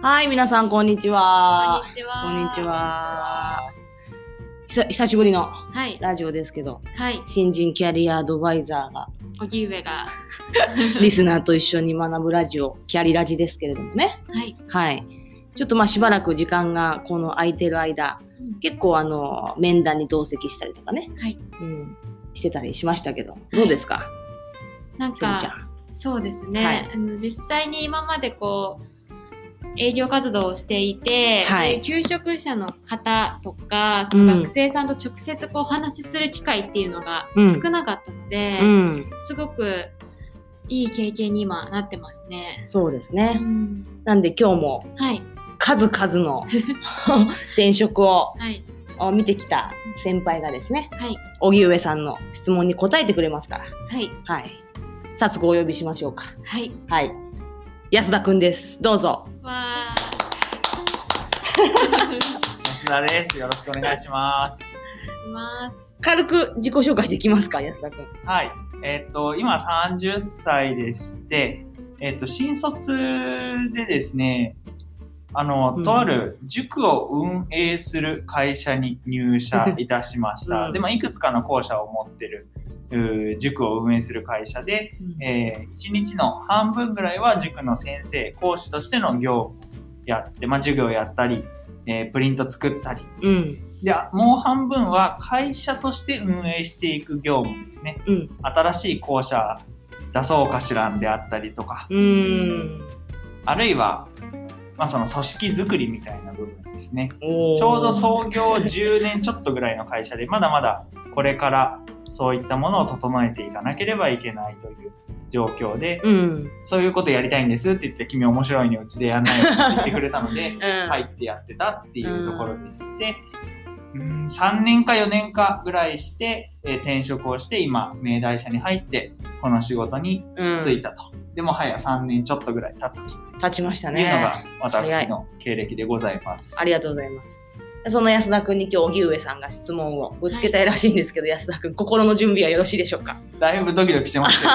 はい、皆さんこんにちは。 こんにちは。 こんにちは。久しぶりのラジオですけど、 はい、 新人キャリアアドバイザーが荻上がリスナーと一緒に学ぶラジオ、キャリラジですけれどもね。 はい。 はい。ちょっとしばらく時間がこの空いてる間、結構面談に同席したりとかね、 はい、 してたりしましたけど、どうですか？ なんかそうですね。はい、実際に今までこう営業活動をしていて、はい、求職者の方とかその学生さんと直接こうお話しする機会っていうのが少なかったので、すごくいい経験に今なってますね。 そうですね。なんで今日も数々の転職を見てきた先輩がですね、荻上さんの質問に答えてくれますから、はい、早速お呼びしましょうか。 はい、 はい、安田くんです。どうぞ。 わ安田です。よろしくお願いします。 お願いします。 軽く自己紹介できますか、安田くん。 はい。今30歳でして、新卒でですね、とある塾を運営する会社に入社いたしました。で、いくつかの校舎を持ってる塾を運営する会社で、1日の半分ぐらいは塾の先生、講師としての業務やって、授業やったり、プリント作ったり、でもう半分は会社として運営していく業務ですね。新しい校舎出そうかしらんであったりとか、あるいはその組織作りみたいな部分ですね。ちょうど創業10年ちょっとぐらいの会社で、まだまだこれからそういったものを整えていかなければいけないという状況で、そういうことやりたいんですって言って、君面白いね、うちでやんないよって言ってくれたので、入ってやってたっていうところでして、3年か4年かぐらいして、転職をして今名題社に入ってこの仕事に就いたと。でも早3年ちょっとぐらい経ちましたね。 というのが私の経歴でございます。 ありがとうございます。その安田くんに今日荻上さんが質問をぶつけたいらしいんですけど、安田くん心の準備はよろしいでしょうか？ だいぶドキドキしてますけど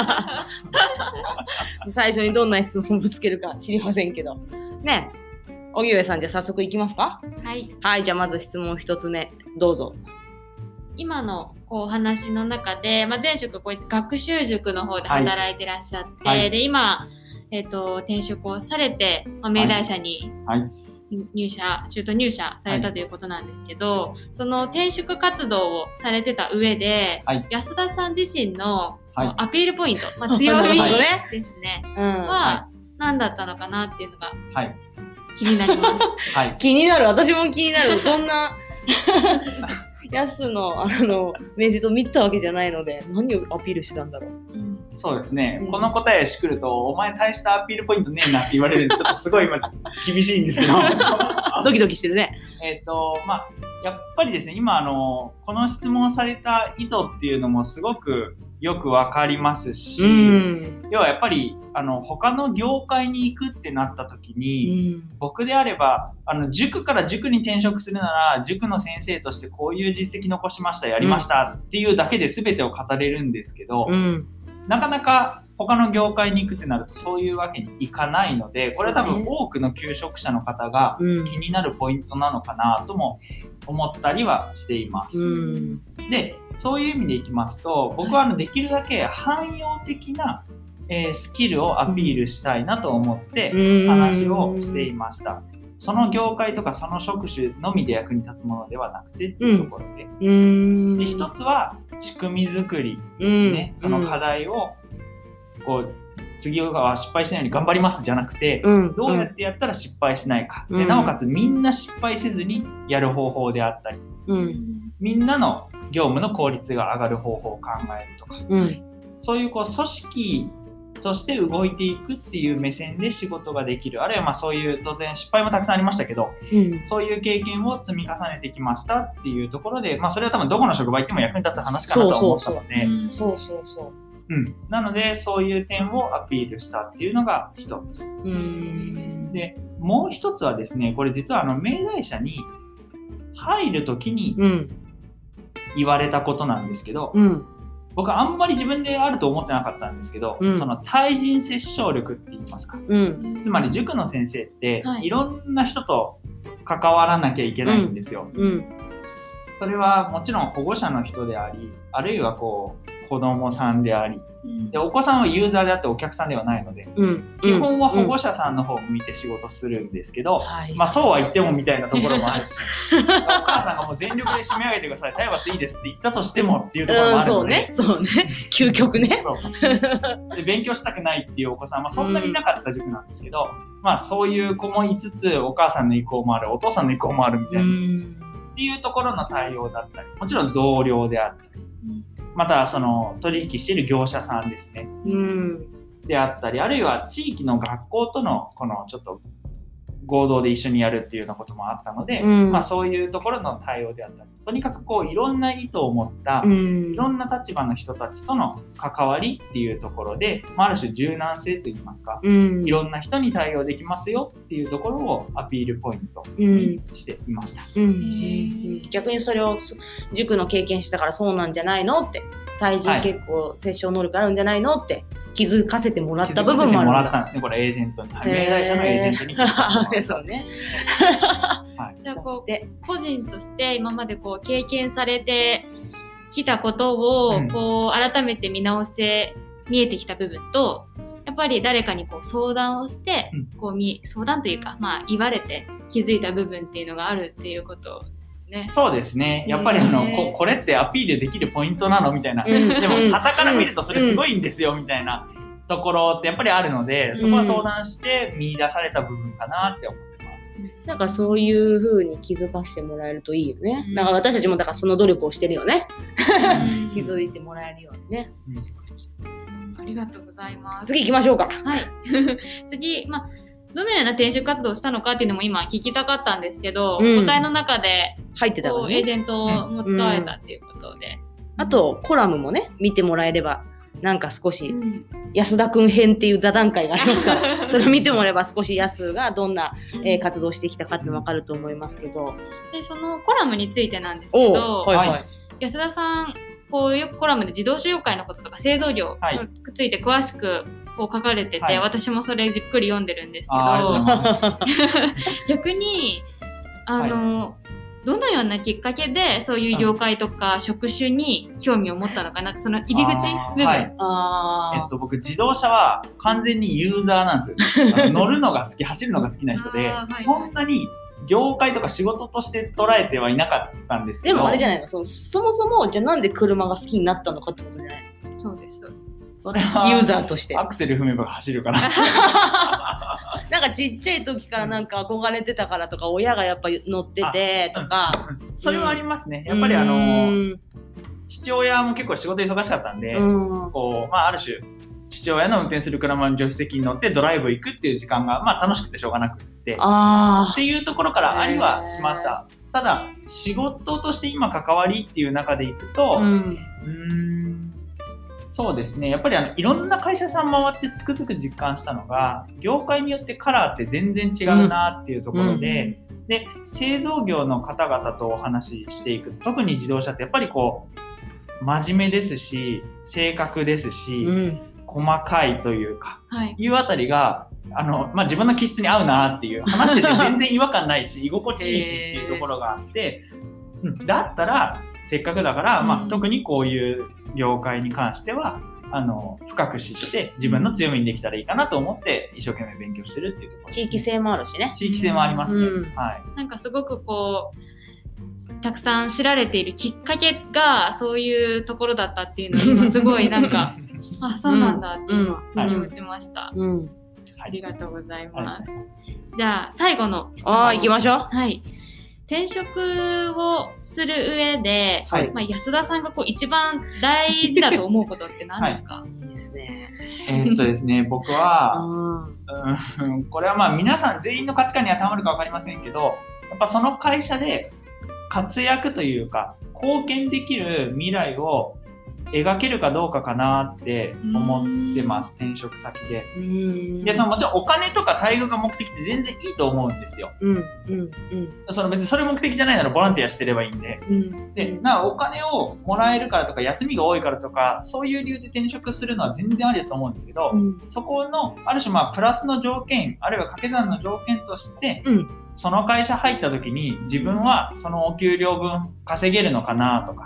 も最初にどんな質問をぶつけるか知りませんけどね。荻上さん、じゃあ早速いきますか？はい、じゃあまず質問1つ目どうぞ。 今のお話の中で、前職こうやって学習塾の方で働いてらっしゃって、で今、転職をされて、名題社に中途入社されたということなんですけど、その転職活動をされてた上で、安田さん自身のアピールポイント、強みですねは何だったのかなっていうのが気になります。 気になる。私も気になる。どんな安の面接を見たわけじゃないので、何をアピールしてたんだろう。 そうですね、この答えしくると、お前大したアピールポイントねえなって言われるんで、ちょっとすごい今厳しいんですけどドキドキしてるね。 やっぱりですね、今この質問された意図っていうのもすごくよくわかりますし、要はやっぱり他の業界に行くってなった時に、僕であれば塾から塾に転職するなら、塾の先生としてこういう実績残しました、やりましたっていうだけで全てを語れるんですけど、なかなか他の業界に行くってなるとそういうわけにいかないので、これは多分多くの求職者の方が気になるポイントなのかなとも思ったりはしています。で、そういう意味でいきますと、僕はできるだけ汎用的なスキルをアピールしたいなと思って話をしていました。その業界とかその職種のみで役に立つものではなくてっていうところで、で一つは仕組み作りですね。その課題を次は失敗しないように頑張りますじゃなくて、どうやってやったら失敗しないか、でなおかつみんな失敗せずにやる方法であったり、みんなの業務の効率が上がる方法を考えるとか、そういう組織として動いていくっていう目線で仕事ができる、あるいはそういう当然失敗もたくさんありましたけど、そういう経験を積み重ねてきましたっていうところで、それは多分どこの職場行っても役に立つ話かなと思ったので、なのでそういう点をアピールしたっていうのが一つ。でもう一つはですね、これ実は名題社に入るときに言われたことなんですけど、 僕はあんまり自分であると思ってなかったんですけど、その対人接触力って言いますか、つまり塾の先生って、いろんな人と関わらなきゃいけないんですよ。それはもちろん保護者の人であり、あるいはこう子供さんであり、でお子さんはユーザーであってお客さんではないので、基本は保護者さんの方を見て仕事するんですけど、まあそうは言ってもみたいなところもあるし、お母さんがもう全力で締め上げてください、体罰いいですって言ったとしてもっていうところもあるので、 そうね究極ね。 で勉強したくないっていうお子さんはそんなにいなかった塾なんですけど、まあそういう子もいつつ、お母さんの意向もある、お父さんの意向もあるみたいなっていうところの対応だったり、もちろん同僚であったり、またその取引している業者さんですね、であったり、あるいは地域の学校とのこのちょっと合同で一緒にやるっていうようなこともあったので、まあそういうところの対応であったり、とにかくこういろんな意図を持ったいろんな立場の人たちとの関わりっていうところで、ある種柔軟性といいますか、いろんな人に対応できますよっていうところをアピールポイントにしていました。 逆にそれを塾の経験したからそうなんじゃないのって、対人結構接触能力あるんじゃないのって気づかせてもらった部分もあるんだ。気づかせてもらったんですね、これエージェントに、明大社のエージェントに気づかせてもらった。そうね。 じゃあこう個人として今までこう経験されてきたことをこう改めて見直して見えてきた部分と、やっぱり誰かにこう相談をしてこう相談というか、まあ言われて気づいた部分っていうのがあるっていうことですね。 そうですね。やっぱりこれってアピールできるポイントなのみたいな、でも傍から見るとそれすごいんですよみたいなところってやっぱりあるので、そこは相談して見出された部分かなって思ってます。 なんかそういう風に気づかせてもらえるといいよね。だから私たちもだからその努力をしてるよね。気づいてもらえるようにね。 ありがとうございます。 次行きましょうか。 はい。次、どのような転職活動をしたのかっていうのも今聞きたかったんですけど、答えの中で入ってたのね。 エージェントも使われたっていうことで。 あとコラムもね見てもらえれば、なんか少し安田くん編っていう座談会がありますからそれを見てもらえば少し安がどんな、活動してきたかって分かると思いますけど、 でそのコラムについてなんですけど、安田さんこうよくコラムで自動車業界のこととか製造業について詳しくこう書かれてて、私もそれじっくり読んでるんですけど逆にどのようなきっかけでそういう業界とか職種に興味を持ったのかなって、その入り口部分。 僕自動車は完全にユーザーなんですよ。乗るのが好き、走るのが好きな人で、そんなに業界とか仕事として捉えてはいなかったんですけど。 でもあれじゃないの、そもそもじゃあなんで車が好きになったのかってことじゃないの？そうです。 それはユーザーとしてアクセル踏めば走るからなんかちっちゃい時からなんか憧れてたからとか、親がやっぱ乗っててとか、 それはありますね。やっぱり父親も結構仕事忙しかったんで、こうある種父親の運転する車の助手席に乗ってドライブ行くっていう時間が楽しくてしょうがなくってっていうところからありはしました。ただ仕事として今関わりっていう中でいくと、そうですね、やっぱりいろんな会社さん回ってつくづく実感したのが、業界によってカラーって全然違うなっていうところで、で製造業の方々とお話ししていく、特に自動車ってやっぱりこう真面目ですし正確ですし、細かいというか、いうあたりが自分の気質に合うなっていう、話してて全然違和感ないし居心地いいしっていうところがあって、だったらせっかくだから、特にこういう業界に関しては深く知って自分の強みにできたらいいかなと思って一生懸命勉強してるっていうところ、 地域性もあるしね。 地域性もありますね。 なんかすごくこうたくさん知られているきっかけがそういうところだったっていうのに今すごいなんかあ、そうなんだって今腑に落ちました。ありがとうございます。じゃあ最後の質問行きましょう。 はい。転職をする上で、安田さんがこう一番大事だと思うことって何ですか？ いいですね。 ですね、僕は、これは皆さん全員の価値観に当てはまるか分かりませんけど、やっぱその会社で活躍というか貢献できる未来を描けるかどうかかなって思ってます、転職先で。で、もちろんお金とか待遇が目的って全然いいと思うんですよ。別にそれ目的じゃないならボランティアしてればいいんで。で、お金をもらえるからとか休みが多いからとかそういう理由で転職するのは全然ありだと思うんですけど、そこのある種プラスの条件あるいは掛け算の条件として、その会社入った時に自分はそのお給料分稼げるのかなとか。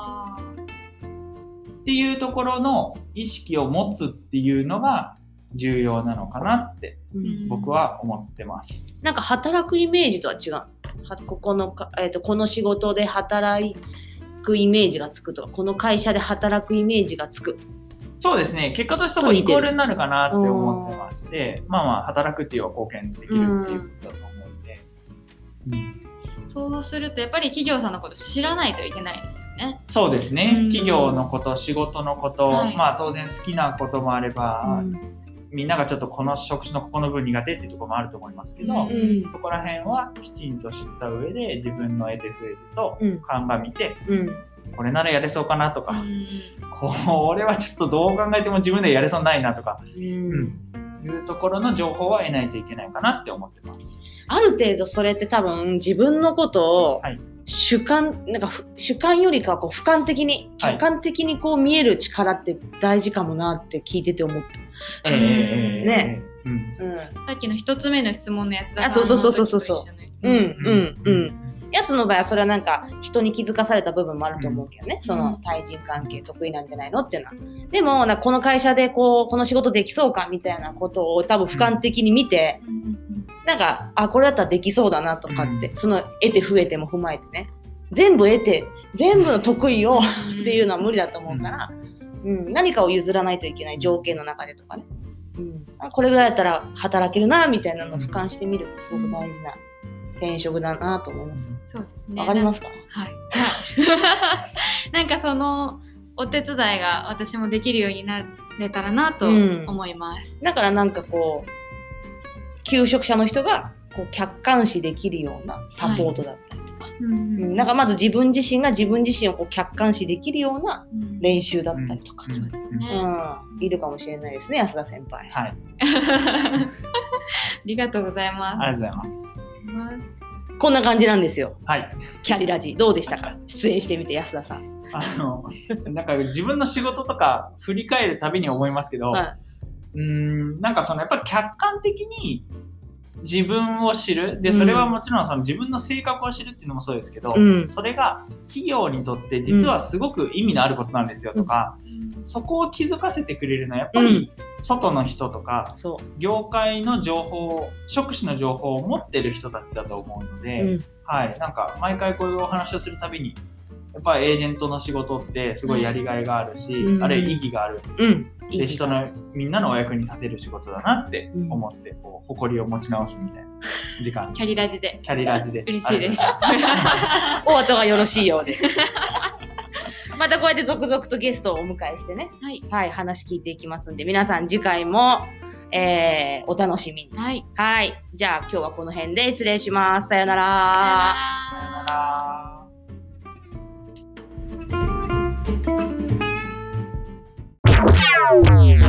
っていうところの意識を持つっていうのが重要なのかなって僕は思ってます。 なんか働くイメージとは違う。この仕事で働くイメージがつくとか、この会社で働くイメージがつく。 そうですね。結果としてそこイコールになるかなって思ってまして、働くっていうのは貢献できるっていうことだと思うんで。 そうするとやっぱり企業さんのこと知らないといけないですよね。 そうですね。企業のこと、仕事のこと、当然好きなこともあれば、みんながちょっとこの職種のここの部分苦手っていうところもあると思いますけど、そこら辺はきちんと知った上で自分の得手不得手と鑑みて、これならやれそうかなとか、これはちょっとどう考えても自分でやれそうないなとか、いうところの情報は得ないといけないかなって思ってます。 ある程度それって多分自分のことを主観よりか俯瞰的に客観的に見える力って大事かもなって聞いてて思った。ね。 さっきの一つ目の質問の安田さんの時と一緒に。安の場合はそれはなんか人に気づかされた部分もあると思うけどね、その対人関係得意なんじゃないのっていうのは。でもこの会社でこの仕事できそうかみたいなことを多分俯瞰的に見て、なんかこれだったらできそうだなとかって、その得て増えても踏まえてね、全部得て全部の得意をっていうのは無理だと思うから、何かを譲らないといけない条件の中でとかね、これぐらいだったら働けるなみたいなのを俯瞰してみるってすごく大事な転職だなと思います。 そうですね。 わかりますか？ はい。なんかそのお手伝いが私もできるようになれたらなと思います。 だからなんか求職者の人が客観視できるようなサポートだったりとか、なんかまず自分自身が自分自身を客観視できるような練習だったりとか、 そうですね。 いるかもしれないですね、安田先輩。 はい。 ありがとうございます。 ありがとうございます。 こんな感じなんですよ。 はい。 キャリラジどうでしたか？出演してみて安田さん。 なんか自分の仕事とか振り返るたびに思いますけど、なんかやっぱり客観的に自分を知る。で、それはもちろん自分の性格を知るっていうのもそうですけど、それが企業にとって実はすごく意味のあることなんですよとか、そこを気づかせてくれるのはやっぱり外の人とか、業界の情報、職種の情報を持ってる人たちだと思うので、なんか毎回こういうお話をするたびに、やっぱりエージェントの仕事ってすごいやりがいがあるし、あるいは意義がある。で、みんなのお役に立てる仕事だなって思って、誇りを持ち直すみたいな時間。 キャリラジで。嬉しいです。 お後がよろしいようで。またこうやって続々とゲストをお迎えしてね、話聞いていきますんで、皆さん次回も、お楽しみに。はい。じゃあ今日はこの辺で失礼します。さよなら。 さよなら。 Yeah.